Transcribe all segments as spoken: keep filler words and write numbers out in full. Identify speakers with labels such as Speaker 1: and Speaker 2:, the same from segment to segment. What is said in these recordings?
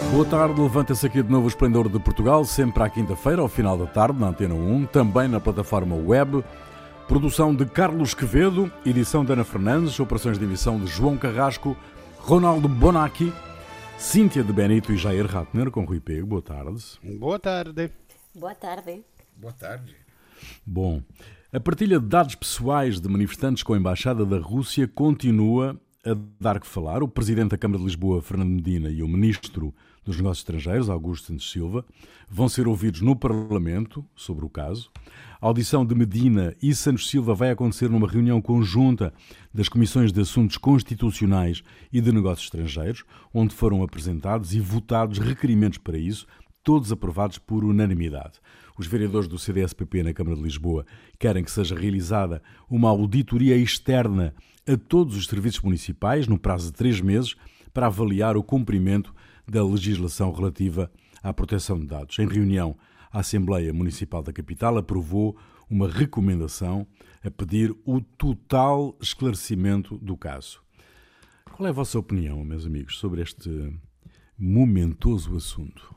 Speaker 1: Boa tarde, levanta-se aqui de novo o Esplendor de Portugal, sempre à quinta-feira, ao final da tarde, na Antena um, também na plataforma web. Produção de Carlos Quevedo, edição de Ana Fernandes, operações de emissão de João Carrasco, Ronaldo Bonacci, Cíntia de Benito e Jair Ratner, com Rui Pego. Boa tarde.
Speaker 2: Boa tarde.
Speaker 3: Boa tarde.
Speaker 4: Boa tarde.
Speaker 1: Bom, a partilha de dados pessoais de manifestantes com a Embaixada da Rússia continua a dar que falar. O Presidente da Câmara de Lisboa, Fernando Medina, e o Ministro dos Negócios Estrangeiros, Augusto Santos Silva, vão ser ouvidos no Parlamento sobre o caso. A audição de Medina e Santos Silva vai acontecer numa reunião conjunta das Comissões de Assuntos Constitucionais e de Negócios Estrangeiros, onde foram apresentados e votados requerimentos para isso, todos aprovados por unanimidade. Os vereadores do C D S P P na Câmara de Lisboa querem que seja realizada uma auditoria externa a todos os serviços municipais, no prazo de três meses, para avaliar o cumprimento da legislação relativa à proteção de dados. Em reunião, a Assembleia Municipal da Capital aprovou uma recomendação a pedir o total esclarecimento do caso. Qual é a vossa opinião, meus amigos, sobre este momentoso assunto?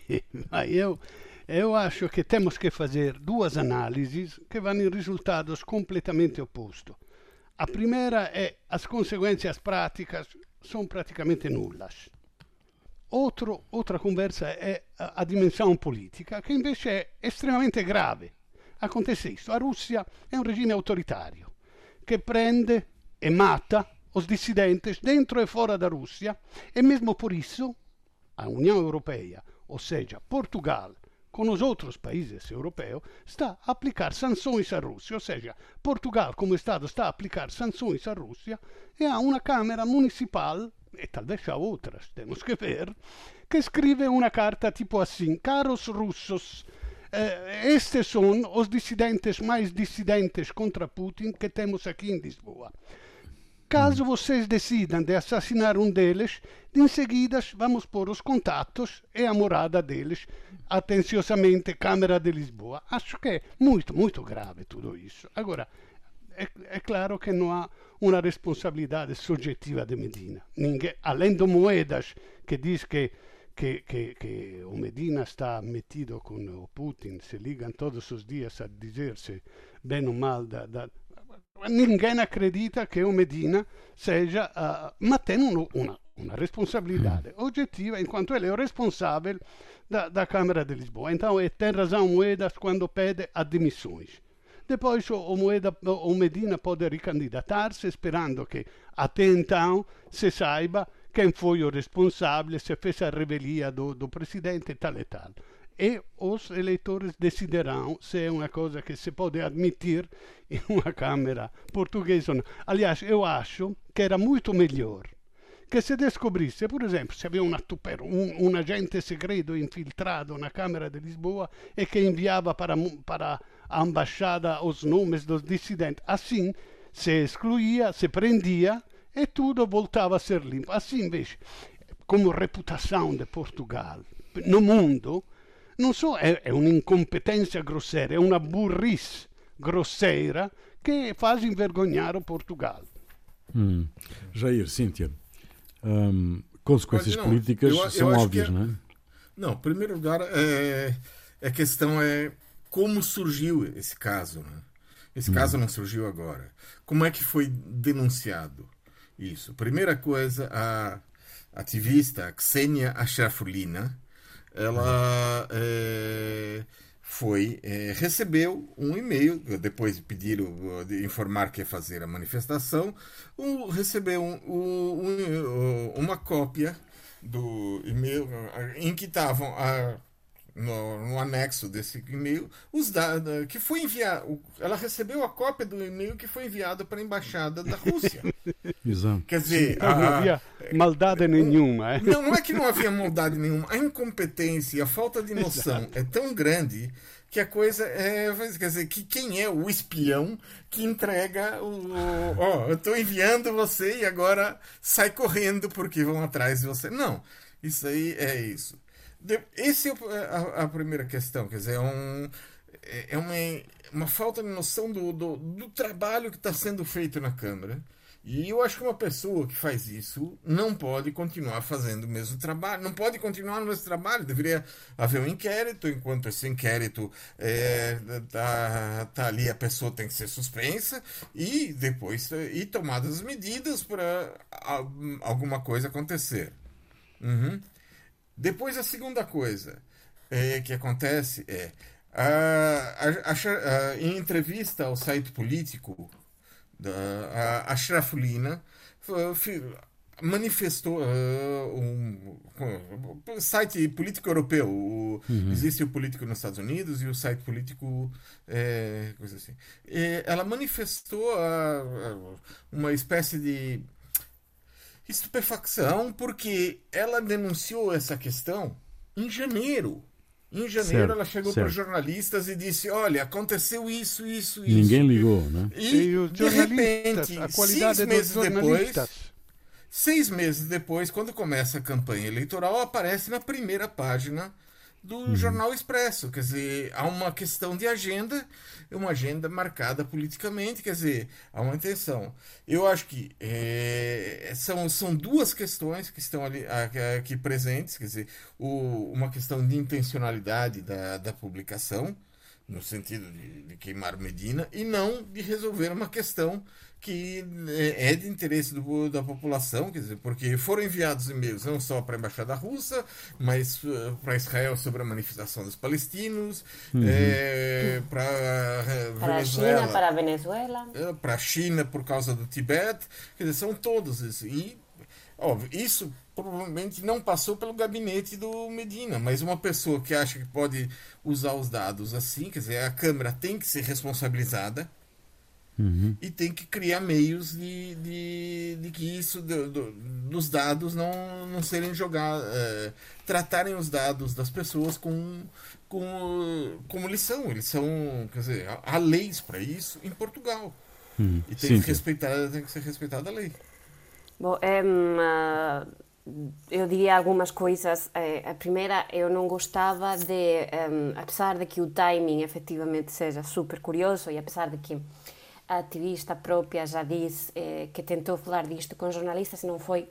Speaker 2: eu, eu acho que temos que fazer duas análises que vão em resultados completamente opostos. A primeira é as consequências práticas são praticamente nulas. Outro, outra conversa é a, a dimensão política, che invece è estremamente grave. Acontece isso. A Rússia é um regime autoritário que prende e mata os dissidentes dentro e fora da Rússia, e mesmo por isso a União Europeia, ou seja, Portugal, com os outros países europeus, está a aplicar sanções à Rússia, ou seja, Portugal como Estado está a aplicar sanções à Rússia e há uma Câmara Municipal, e talvez há outras, temos que ver, que escreve uma carta tipo assim: caros russos, eh, estes são os dissidentes mais dissidentes contra Putin que temos aqui em Lisboa. Caso vocês decidam de assassinar um deles, em seguida vamos pôr os contatos e a morada deles, atenciosamente, Câmara de Lisboa. Acho que é muito, muito grave tudo isso. Agora, é, é claro que não há uma responsabilidade subjetiva de Medina. Ninguém, além do Moedas, que diz que, que, que, que o Medina está metido com o Putin, se ligam todos os dias a dizer-se bem ou mal da... da ninguém acredita che o Medina seja, uh, ma tem una, una responsabilidade oggettiva, enquanto ele é o responsável da, da Câmara de Lisboa. Então, é, tem razão Moedas quando pede admissões. Depois, o, o, Moeda, o Medina pode ricandidatar-se, esperando che até então se saiba quem foi o responsável, se fez a revelia do, do presidente e tal e tal. E os eleitores decidirão se é uma coisa que se pode admitir em uma Câmara portuguesa ou não. Aliás, eu acho que era muito melhor que se descobrisse, por exemplo, se havia uma, um, um agente segreto infiltrado na Câmara de Lisboa e que enviava para, para a embaixada os nomes dos dissidentes. Assim, se excluía, se prendia e tudo voltava a ser limpo. Assim, invece, como reputação de Portugal no mundo, non so, è, è un'incompetência grosseira, è una burrice grosseira che faz invergonhar o Portugal.
Speaker 1: Hum. Jair, Cíntia, hum, consequências
Speaker 4: não,
Speaker 1: políticas
Speaker 4: eu, eu
Speaker 1: são óbvias,
Speaker 4: é,
Speaker 1: não é?
Speaker 4: Não, em primeiro lugar, é, a questão é como surgiu esse caso. Né? Esse hum. caso não surgiu agora. Como é que foi denunciado isso? Primeira coisa, a ativista Ksenia Ashrafulina, ela é, foi, é, recebeu um e-mail, depois de pedir, de informar que ia fazer a manifestação, um, recebeu um, um, uma cópia do e-mail em que estavam a, no, no anexo desse e-mail os dados que foi enviado. Ela recebeu a cópia do e-mail que foi enviado para a embaixada da Rússia.
Speaker 1: Exato.
Speaker 4: Quer dizer,
Speaker 2: não, a, não havia maldade nenhuma. É?
Speaker 4: Não, não é que não havia maldade nenhuma. A incompetência e a falta de noção Exato. É tão grande que a coisa é, quer dizer, que quem é o espião que entrega o, ó, oh, eu estou enviando você e agora sai correndo porque vão atrás de você. Não, isso aí é isso. Essa é a, a primeira questão, quer dizer, é, um, é uma, uma falta de noção do, do, do trabalho que está sendo feito na Câmara E eu acho que uma pessoa que faz isso não pode continuar fazendo o mesmo trabalho, não pode continuar no mesmo trabalho. Deveria haver um inquérito, enquanto esse inquérito é, tá, tá ali, a pessoa tem que ser suspensa e depois e tomadas as medidas para alguma coisa acontecer. Uhum. Depois, a segunda coisa é, que acontece é a, a, a, a, em entrevista ao site político, da, a, a Shrafulina manifestou uh, um, um site político europeu. O, uhum. Existe o político nos Estados Unidos e o site político é, coisa assim. E ela manifestou uh, uma espécie de estupefacção porque ela denunciou essa questão em janeiro. Em janeiro certo, ela chegou para os jornalistas e disse, olha, aconteceu isso, isso, isso.
Speaker 1: Ninguém ligou, né?
Speaker 4: E, e de repente, a qualidade seis meses depois, seis meses depois, quando começa a campanha eleitoral, aparece na primeira página do uhum. Jornal Expresso. Quer dizer, há uma questão de agenda, uma agenda marcada politicamente, quer dizer, há uma intenção. Eu acho que é, são, são duas questões que estão ali, aqui presentes, quer dizer, o, uma questão de intencionalidade da, da publicação, no sentido de, de queimar Medina, e não de resolver uma questão que é de interesse do, da população, quer dizer, porque foram enviados e-mails não só para a Embaixada Russa, mas uh, para Israel sobre a manifestação dos palestinos, uhum. é, para a
Speaker 3: para Venezuela, a China, para a Venezuela,
Speaker 4: é, para a China por causa do Tibete, quer dizer, são todos esses. E, óbvio, isso provavelmente não passou pelo gabinete do Medina, mas uma pessoa que acha que pode usar os dados assim, quer dizer, a Câmara tem que ser responsabilizada. Uhum. E tem que criar meios de, de, de que isso, do, do, dos dados não, não serem jogados, é, tratarem os dados das pessoas com, com, como eles são. Eles são, quer dizer, há, há leis para isso em Portugal. Uhum. E tem que, respeitar, tem que ser respeitada a lei.
Speaker 3: Bom, é, uh, eu diria algumas coisas. A primeira, eu não gostava de, um, apesar de que o timing efetivamente seja super curioso e apesar de que a ativista própria já disse eh, que tentou falar disto com jornalistas e não foi,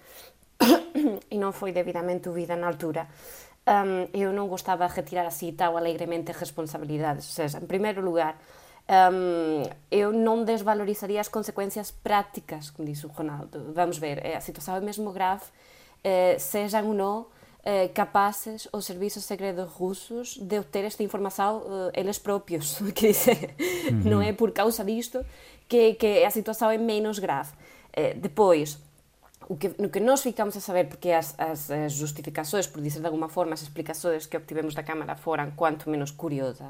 Speaker 3: e não foi devidamente ouvida na altura. Um, eu não gostava de retirar assim tão alegremente responsabilidades. Ou seja, em primeiro lugar, um, eu não desvalorizaria as consequências práticas, como disse o Ronaldo. Vamos ver, a situação é mesmo grave, eh, sejam ou não Eh, capazes os serviços secretos russos de obter esta informação eh, eles próprios. Quer dizer, uhum. não é por causa disto que, que a situação é menos grave. Eh, depois, o que, no que nós ficamos a saber, porque as, as, as justificações, por dizer de alguma forma, as explicações que obtivemos da Câmara foram quanto menos curiosas,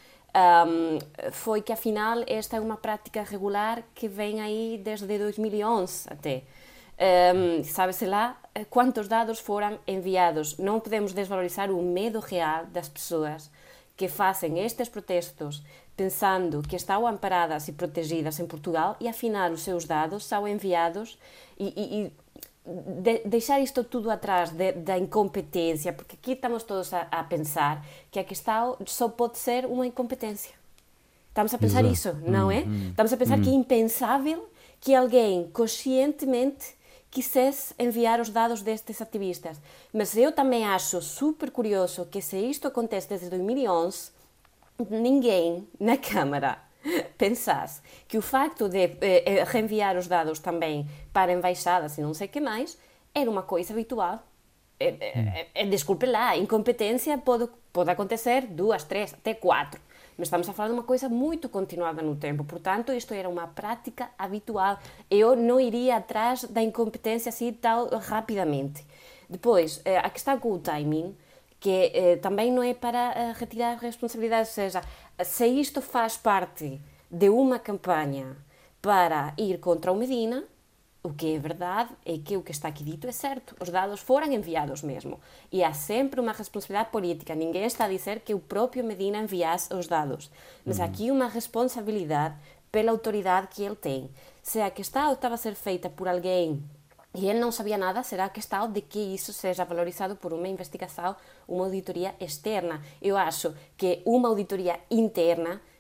Speaker 3: um, foi que afinal esta é uma prática regular que vem aí desde dois mil e onze até. Um, sabe-se lá quantos dados foram enviados. Não podemos desvalorizar o medo real das pessoas que fazem estes protestos pensando que estão amparadas e protegidas em Portugal e afinal os seus dados são enviados e, e, e de, deixar isto tudo atrás de, da incompetência, porque aqui estamos todos a, a pensar que a questão só pode ser uma incompetência. Estamos a pensar Exato. Isso, não é? Hum, Estamos a pensar hum. que é impensável que alguém conscientemente quisesse enviar os dados destes ativistas. Mas eu também acho super curioso que se isto acontece desde dois mil e onze, ninguém na Câmara pensasse que o facto de eh, reenviar os dados também para embaixadas e não sei o que mais, era uma coisa habitual. É, é, é, desculpe lá, incompetência pode, pode acontecer duas, três, até quatro. Mas estamos a falar de uma coisa muito continuada no tempo. Portanto, isto era uma prática habitual. Eu não iria atrás da incompetência assim tão rapidamente. Depois, a questão com o timing, que eh, também não é para eh, retirar responsabilidades. Ou seja, se isto faz parte de uma campanha para ir contra o Medina, o que é verdade é que o que está aqui dito é certo. Os dados foram enviados mesmo. E há sempre uma responsabilidade política. Ninguém está a dizer que o próprio Medina enviasse os dados. Mas há aqui uma responsabilidade pela autoridade que ele tem. Se a questão estava a ser feita por alguém e ele não sabia nada, será a questão de que isso seja valorizado por uma investigação, uma auditoria externa. Eu acho que uma auditoria interna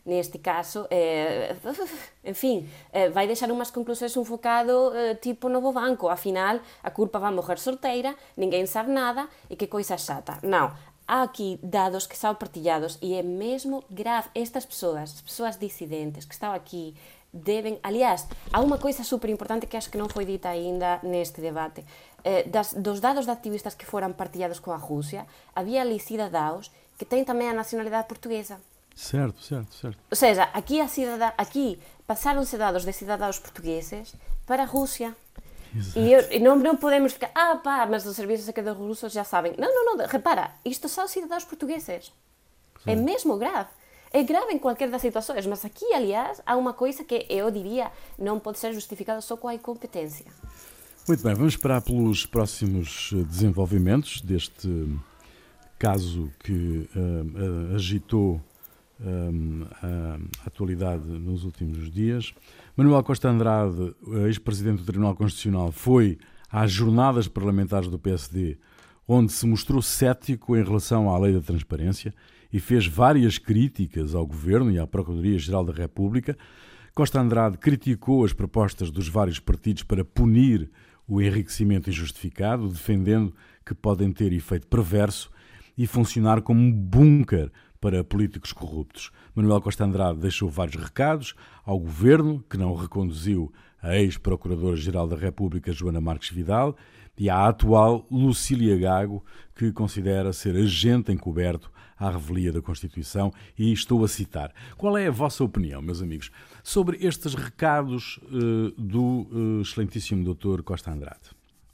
Speaker 3: neste caso, eh, enfim, eh, vai deixar umas conclusões um bocado eh, tipo Novo Banco, afinal, a culpa vai morrer solteira, ninguém sabe nada, e que coisa chata. Não, há aqui dados que são partilhados e é mesmo grave. Estas pessoas, as pessoas dissidentes que estão aqui, devem... Aliás, há uma coisa super importante que acho que não foi dita ainda neste debate. Eh, das, dos dados de ativistas que foram partilhados com a Rússia, havia ali cidadãos que têm também a nacionalidade portuguesa.
Speaker 1: Certo, certo, certo.
Speaker 3: Ou seja, aqui, a cidadã, aqui passaram-se dados de cidadãos portugueses para a Rússia. Exato. E, eu, e não, não podemos ficar, ah pá, mas os serviços secretos russos já sabem. Não, não, não, repara, isto são cidadãos portugueses. Sim. É mesmo grave. É grave em qualquer das situações, mas aqui, aliás, há uma coisa que eu diria não pode ser justificada só com a incompetência.
Speaker 1: Muito bem, vamos esperar pelos próximos desenvolvimentos deste caso que uh, uh, agitou uh, a atualidade nos últimos dias. Manuel Costa Andrade, ex-presidente do Tribunal Constitucional, foi às jornadas parlamentares do P S D, onde se mostrou cético em relação à lei da transparência e fez várias críticas ao Governo e à Procuradoria-Geral da República. Costa Andrade criticou as propostas dos vários partidos para punir o enriquecimento injustificado, defendendo que podem ter efeito perverso e funcionar como um bunker para políticos corruptos. Manuel Costa Andrade deixou vários recados ao Governo, que não reconduziu a ex-Procuradora-Geral da República, Joana Marques Vidal, e à atual Lucília Gago, que considera ser agente encoberto à revelia da Constituição, e estou a citar. Qual é a vossa opinião, meus amigos, sobre estes recados uh, do uh, excelentíssimo doutor Costa Andrade?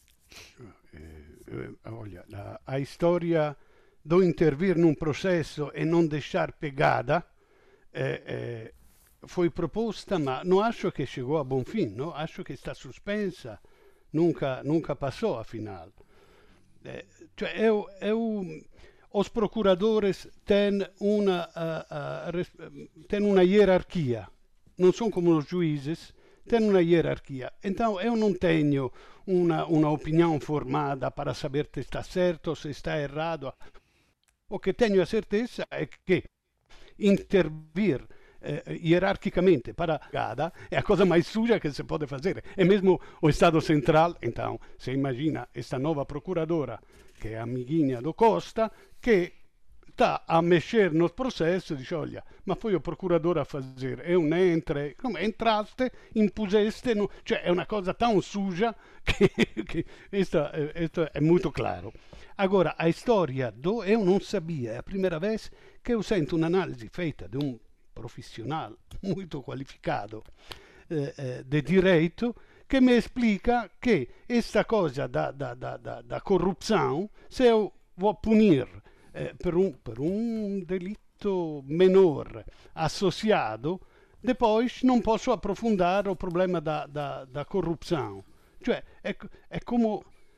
Speaker 2: Eh, olha, a, a história do intervir num processo e não deixar pegada eh, eh, foi proposta, mas não acho que chegou a bom fim, não? Acho que está suspensa, nunca, nunca passou, afinal. Eh, cioè, eu, eu, os procuradores têm uma, uh, uh, têm uma hierarquia, não são como os juízes, têm uma hierarquia. Então eu não tenho uma, uma opinião formada para saber se está certo ou se está errado. O que tenho a certeza é que intervir eh, hierarquicamente para a Gada é a coisa mais suja que se pode fazer. E mesmo o Estado Central, então, se imagina esta nova procuradora, que é amiguinha do Costa, que está a mexer nos processos e dice, olha, ma foi o procurador a fazer, eu nem entrei, come entraste, impuseste, no... cioè è una cosa tão suja che, che questo, questo è molto claro. Agora, a história do eu não sabia, é a primeira vez que eu sento un'analisi feita de um profissional muito qualificado eh, eh, de direito que me explica que esta coisa da, da, da, da, da corrupção, se eu vou punir eh, per, un, per un delitto menor associado, depois não posso aprofundar o problema da, da, da corrupção. Cioè, è, è come...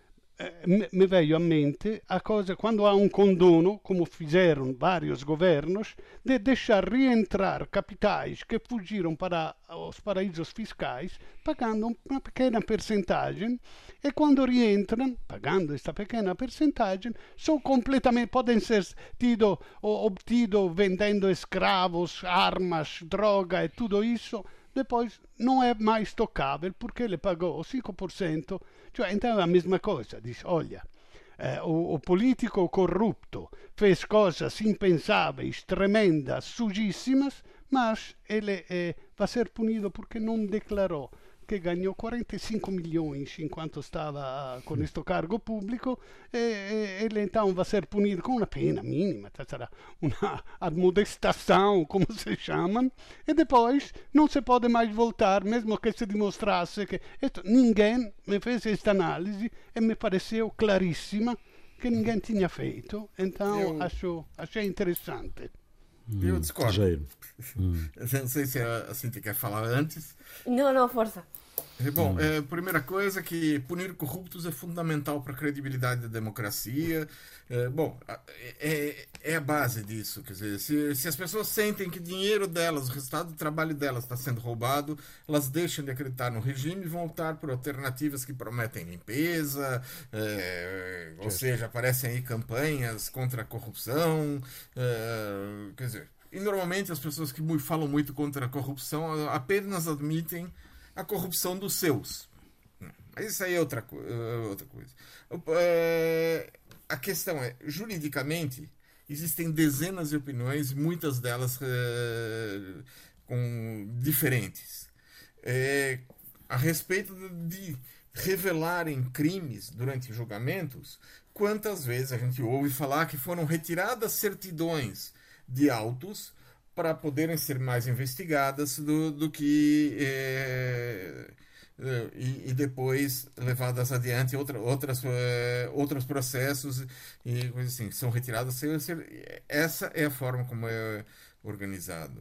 Speaker 2: Eh, me veio a mente a coisa quando há um condono, como fizeram vários governos, de deixar reentrar capitais que fugiram para os paraísos fiscais, pagando uma pequena percentagem, e quando rientram, pagando esta pequena percentagem, são completamente, podem ser tido ou obtido vendendo escravos, armas, droga e tudo isso, depois não é mais tocável porque ele pagou cinco por cento. Cioè, então é a mesma coisa, diz, olha, eh, o, o político corrupto fez coisas impensáveis, tremendas, sujíssimas, mas ele eh, vai ser punido porque não declarou que ganhou quarenta e cinco milhões enquanto estava com este cargo público, e, e ele então vai ser punido com uma pena mínima, sarà uma admoestação, como se chamam, e depois não se pode mais voltar, mesmo que se dimostrasse que... Esto, ninguém me fez esta análise e me pareceu claríssima que ninguém tinha feito, então eu... acho, achei interessante.
Speaker 4: Eu discordo.
Speaker 1: Hum.
Speaker 4: Não sei se a Cíntia quer falar antes.
Speaker 3: Não, não, força.
Speaker 4: Bom, hum. é, primeira coisa que punir corruptos é fundamental para a credibilidade da democracia. É, bom, é, é a base disso. Quer dizer, se, se as pessoas sentem que o dinheiro delas, o resultado do trabalho delas está sendo roubado, elas deixam de acreditar no regime e vão optar por alternativas que prometem limpeza, é, ou seja, aparecem aí campanhas contra a corrupção. É, quer dizer, E normalmente as pessoas que falam muito contra a corrupção apenas admitem a corrupção dos seus. Mas isso aí é outra, outra coisa. É, a questão é, juridicamente, existem dezenas de opiniões, muitas delas é, com, diferentes. É, a respeito de revelarem crimes durante julgamentos, quantas vezes a gente ouve falar que foram retiradas certidões de autos para poderem ser mais investigadas do, do que é, e, e depois levadas adiante outra, outras, é, outros processos e coisas assim, são retiradas. Essa é a forma como é organizado.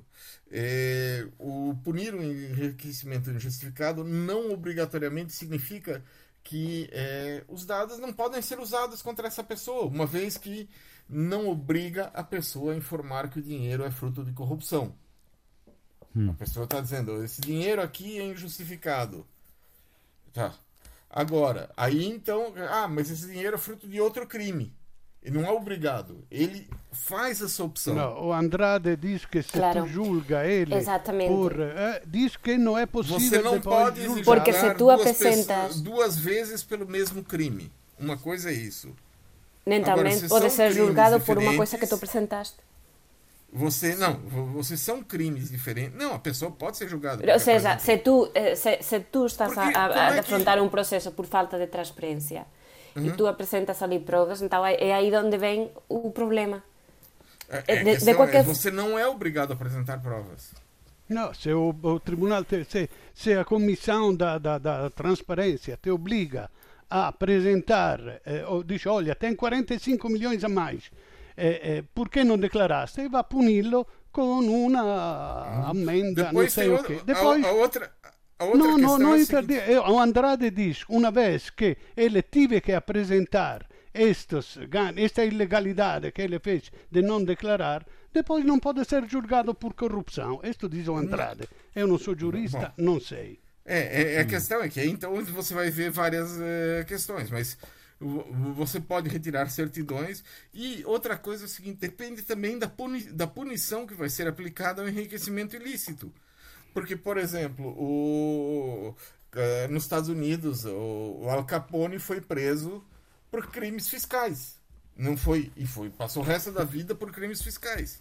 Speaker 4: É, o punir o enriquecimento injustificado não obrigatoriamente significa que é, os dados não podem ser usados contra essa pessoa, uma vez que não obriga a pessoa a informar que o dinheiro é fruto de corrupção. Hum. A pessoa está dizendo, esse dinheiro aqui é injustificado. Tá. Agora, aí então, ah, mas esse dinheiro é fruto de outro crime. Ele não é obrigado. Ele faz essa opção.
Speaker 2: Não, o Andrade diz que se
Speaker 3: claro.
Speaker 2: tu julga ele
Speaker 3: Exatamente.
Speaker 2: por... Eh, diz que não é possível...
Speaker 4: Você não pode
Speaker 2: julgar.
Speaker 3: Porque se tu
Speaker 4: duas,
Speaker 3: apresentas...
Speaker 4: pessoas, duas vezes pelo mesmo crime. Uma coisa é isso.
Speaker 3: Nem também
Speaker 4: Agora,
Speaker 3: pode ser julgado por uma coisa que tu
Speaker 4: diferentes,
Speaker 3: apresentaste.
Speaker 4: Você, não, vocês são crimes diferentes. Não, a pessoa pode ser julgada.
Speaker 3: Ou seja, se tu, se, se tu estás
Speaker 4: Porque,
Speaker 3: a, a, a
Speaker 4: é
Speaker 3: afrontar
Speaker 4: que...
Speaker 3: um processo por falta de transparência
Speaker 4: uhum.
Speaker 3: e tu apresentas ali provas, então é aí onde vem o problema.
Speaker 4: É, é,
Speaker 3: de,
Speaker 4: de
Speaker 3: de qualquer...
Speaker 4: é, você não é obrigado a apresentar provas.
Speaker 2: Não, se o, o tribunal, te, se, se a comissão da, da, da transparência te obriga a apresentar, eh, ou diz, olha, tem quarenta e cinco milhões a mais, eh, eh, por que não declaraste? E vai puni-lo com uma amenda,
Speaker 4: Depois
Speaker 2: não sei
Speaker 4: tem
Speaker 2: o quê. Depois,
Speaker 4: a, a outra, a outra
Speaker 2: não, não,
Speaker 4: questão
Speaker 2: não
Speaker 4: é a
Speaker 2: interdi-
Speaker 4: seguinte...
Speaker 2: O Andrade diz, uma vez que ele tive que apresentar estes, esta ilegalidade que ele fez de não declarar, depois não pode ser julgado por corrupção. Isto diz o Andrade. Eu não sou jurista,
Speaker 4: Bom.
Speaker 2: não sei.
Speaker 4: É, é, a questão é que aí então você vai ver várias é, questões, mas você pode retirar certidões. E outra coisa é o seguinte, depende também da, puni, da punição que vai ser aplicada ao enriquecimento ilícito. Porque, por exemplo, o, uh, nos Estados Unidos, o, o Al Capone foi preso por crimes fiscais. Não foi, e foi, passou o resto da vida por crimes fiscais.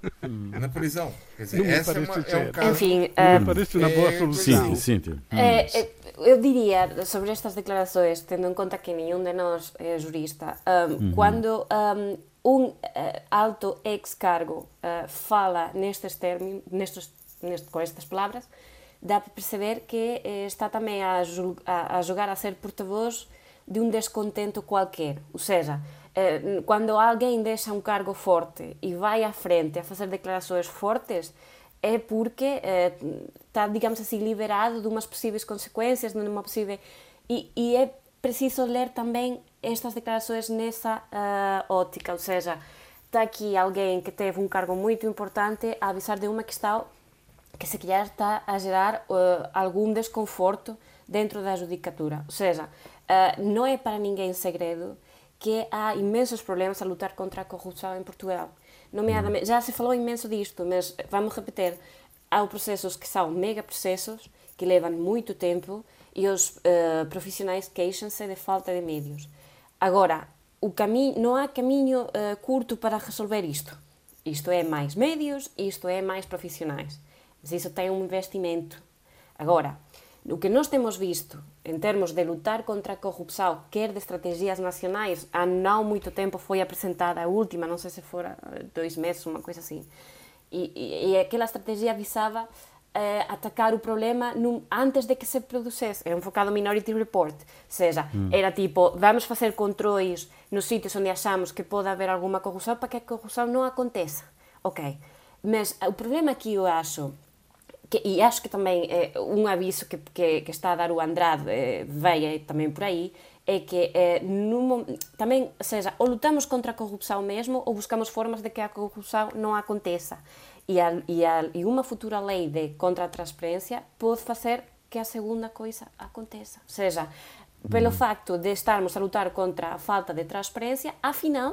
Speaker 4: Na prisão. Quer dizer, essa é, uma, é um caso...
Speaker 3: Enfim,
Speaker 2: não
Speaker 3: uh,
Speaker 2: me parece uma boa solução.
Speaker 1: Cíntia,
Speaker 3: É, é, eu diria sobre estas declarações, tendo em conta que nenhum de nós é jurista, um, uhum. quando um, um uh, alto ex-cargo uh, fala nestes termos, nestes, nestes, com estas palavras, dá para perceber que eh, está também a, a, a jogar a ser porta-voz de um descontento qualquer. Ou seja, eh, quando alguém deixa um cargo forte e vai à frente a fazer declarações fortes, é porque eh, está, digamos assim, liberado de umas possíveis consequências, de uma possível... E, e é preciso ler também estas declarações nessa uh, ótica, ou seja, está aqui alguém que teve um cargo muito importante a avisar de uma questão que se calhar está a gerar uh, algum desconforto dentro da judicatura. Ou seja, uh, não é para ninguém segredo que há imensos problemas a lutar contra a corrupção em Portugal. Nomeadamente, já se falou imenso disto, mas vamos repetir, há processos que são mega processos, que levam muito tempo, e os uh, profissionais queixam-se de falta de meios. Agora, o caminho, não há caminho uh, curto para resolver isto. Isto é mais médios, isto é mais profissionais. Mas isso tem um investimento. Agora, o que nós temos visto em termos de lutar contra a corrupção, quer de estratégias nacionais, há não muito tempo foi apresentada a última, não sei se fora dois meses, uma coisa assim, e, e, e aquela estratégia visava eh, atacar o problema num, antes de que se produzisse, era um focado Minority Report, ou seja, hum. era tipo, vamos fazer controles nos sítios onde achamos que pode haver alguma corrupção para que a corrupção não aconteça, ok, mas o problema que eu acho, que, e acho que também é um aviso que, que, que está a dar o Andrade, é, veio também por aí, é que é, num, também, ou seja, ou lutamos contra a corrupção mesmo, ou buscamos formas de que a corrupção não aconteça. E, a, e, a, e uma futura lei de contra a transparência pode fazer que a segunda coisa aconteça. Ou seja, pelo facto de estarmos a lutar contra a falta de transparência, afinal,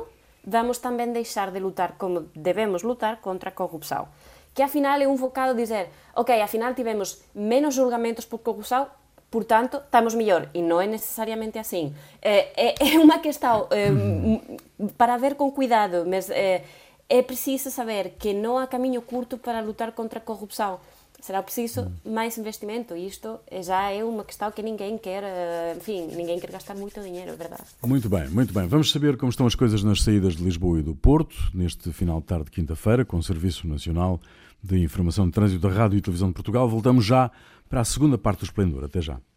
Speaker 3: vamos também deixar de lutar como devemos lutar contra a corrupção. Que afinal é um bocado dizer, ok, afinal tivemos menos julgamentos por corrupção, portanto, estamos melhor. E não é necessariamente assim. É, é, é uma questão é, para ver com cuidado, mas é, é preciso saber que não há caminho curto para lutar contra a corrupção. Será preciso mais investimento e isto já é uma questão que ninguém quer, enfim, ninguém quer gastar muito dinheiro, é verdade.
Speaker 1: Muito bem, muito bem. Vamos saber como estão as coisas nas saídas de Lisboa e do Porto, neste final de tarde de quinta-feira, com o Serviço Nacional de Informação de Trânsito da Rádio e Televisão de Portugal. Voltamos já para a segunda parte do Esplendor. Até já.